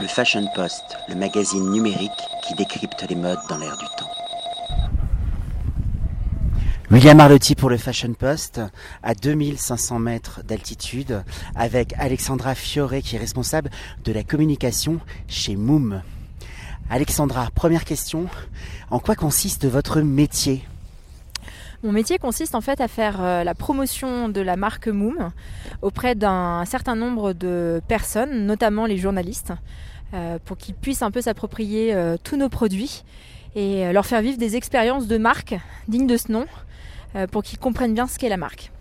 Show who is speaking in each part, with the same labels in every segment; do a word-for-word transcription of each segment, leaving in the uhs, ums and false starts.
Speaker 1: Le Fashion Post, le magazine numérique qui décrypte les modes dans l'air du temps. William Arlotti pour le Fashion Post, à deux mille cinq cents mètres d'altitude, avec Alexandra Fiore qui est responsable de la communication chez Moom. Alexandra, première question, en quoi consiste votre métier ?
Speaker 2: Mon métier consiste en fait à faire euh, la promotion de la marque Moom auprès d'un certain nombre de personnes, notamment les journalistes, euh, pour qu'ils puissent un peu s'approprier euh, tous nos produits et euh, leur faire vivre des expériences de marque dignes de ce nom, euh, pour qu'ils comprennent bien ce qu'est la marque.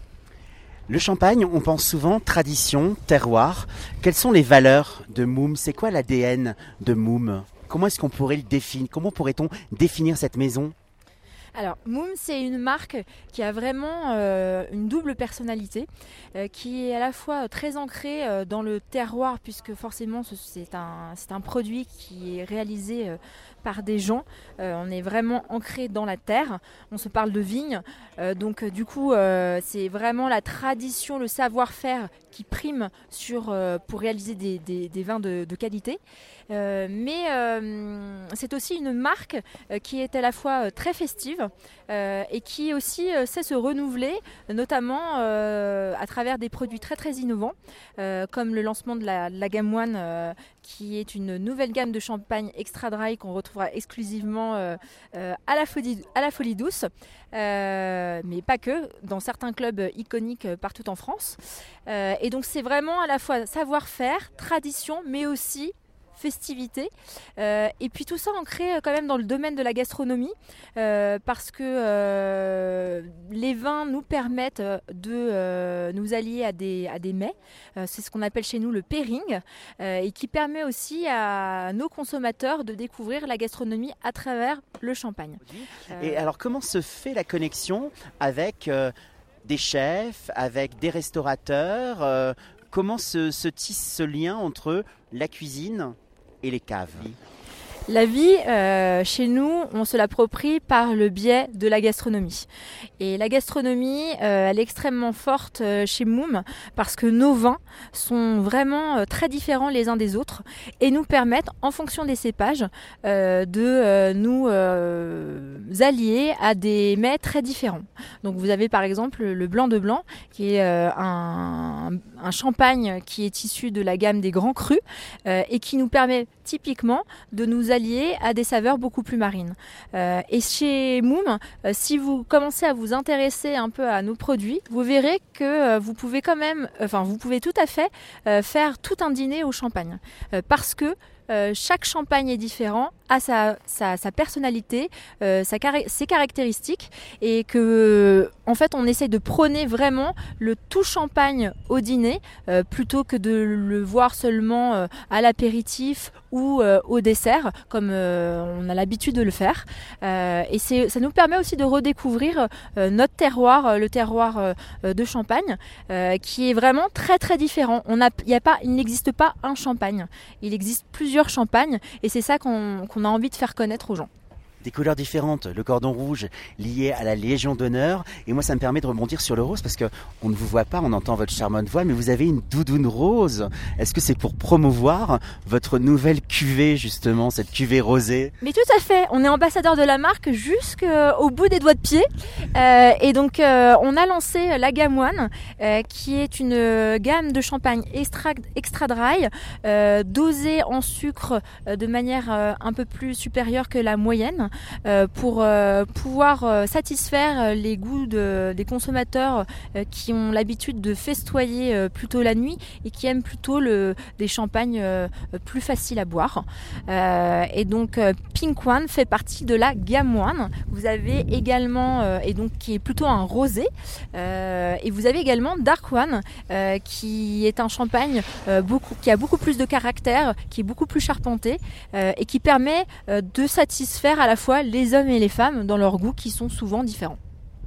Speaker 1: Le champagne, on pense souvent tradition, terroir. Quelles sont les valeurs de Moom ? C'est quoi l'A D N de Moom ? Comment est-ce qu'on pourrait le définir ? Comment pourrait-on définir cette maison ?
Speaker 2: Alors, Moom, c'est une marque qui a vraiment euh, une double personnalité, euh, qui est à la fois très ancrée euh, dans le terroir, puisque forcément c'est un, c'est un produit qui est réalisé euh, par des gens. Euh, on est vraiment ancré dans la terre, on se parle de vignes, euh, donc euh, du coup euh, c'est vraiment la tradition, le savoir-faire qui prime sur, euh, pour réaliser des, des, des vins de, de qualité. Euh, mais euh, c'est aussi une marque euh, qui est à la fois euh, très festive euh, et qui aussi euh, sait se renouveler, notamment euh, à travers des produits très très innovants, euh, comme le lancement de la, de la gamme One, euh, qui est une nouvelle gamme de champagne extra dry qu'on retrouvera exclusivement euh, euh, à, la folie, à la Folie Douce, euh, mais pas que, dans certains clubs iconiques partout en France. Euh, et donc c'est vraiment à la fois savoir-faire, tradition, mais aussi festivité, euh, et puis tout ça ancré quand même dans le domaine de la gastronomie, euh, parce que euh, les vins nous permettent de euh, nous allier à des, à des mets, euh, c'est ce qu'on appelle chez nous le pairing, euh, et qui permet aussi à nos consommateurs de découvrir la gastronomie à travers le champagne.
Speaker 1: Et euh... alors comment se fait la connexion avec euh, des chefs, avec des restaurateurs, euh, comment se, se tisse ce lien entre la cuisine et les caves ?
Speaker 2: La vie, euh, chez nous, on se l'approprie par le biais de la gastronomie. Et la gastronomie, euh, elle est extrêmement forte euh, chez Moom parce que nos vins sont vraiment euh, très différents les uns des autres et nous permettent, en fonction des cépages, euh, de euh, nous euh, allier à des mets très différents. Donc vous avez par exemple le blanc de blanc, qui est euh, un, un champagne qui est issu de la gamme des grands crus euh, et qui nous permet typiquement de nous allier à des saveurs beaucoup plus marines. Euh, et chez Moom, euh, si vous commencez à vous intéresser un peu à nos produits, vous verrez que euh, vous pouvez quand même, enfin vous pouvez tout à fait euh, faire tout un dîner au champagne, euh, parce que Euh, chaque champagne est différent, a sa, sa, sa personnalité, euh, sa car- ses caractéristiques, et que en fait on essaie de prôner vraiment le tout champagne au dîner euh, plutôt que de le voir seulement euh, à l'apéritif ou euh, au dessert comme euh, on a l'habitude de le faire. Euh, et c'est, ça nous permet aussi de redécouvrir euh, notre terroir, euh, le terroir euh, de Champagne, euh, qui est vraiment très très différent. On a, y a pas, il n'existe pas un champagne, il existe plusieurs champagne et c'est ça qu'on, qu'on a envie de faire connaître aux gens.
Speaker 1: Des couleurs différentes, le cordon rouge lié à la Légion d'honneur, et moi ça me permet de rebondir sur le rose parce que on ne vous voit pas, on entend votre charmante voix, mais vous avez une doudoune rose. Est-ce que c'est pour promouvoir votre nouvelle cuvée justement, cette cuvée rosée ?
Speaker 2: Mais tout à fait, on est ambassadeur de la marque jusqu'au bout des doigts de pied, euh, et donc euh, on a lancé la gamme One, euh, qui est une gamme de champagne extra, extra dry, euh, dosée en sucre euh, de manière euh, un peu plus supérieure que la moyenne, Euh, pour euh, pouvoir euh, satisfaire les goûts de, des consommateurs euh, qui ont l'habitude de festoyer euh, plutôt la nuit et qui aiment plutôt le, des champagnes euh, plus faciles à boire. Euh, et donc euh, Pink One fait partie de la gamme One. Vous avez également, euh, et donc qui est plutôt un rosé, euh, et vous avez également Dark One, euh, qui est un champagne euh, beaucoup, qui a beaucoup plus de caractère, qui est beaucoup plus charpenté euh, et qui permet euh, de satisfaire à la fois les hommes et les femmes dans leurs goûts qui sont souvent différents.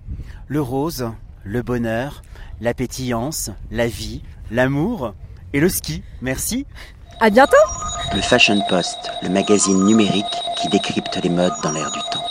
Speaker 1: Le rose, le bonheur, la pétillance, la vie, l'amour et le ski. Merci.
Speaker 2: À bientôt.
Speaker 1: Le Fashion Post, le magazine numérique qui décrypte les modes dans l'air du temps.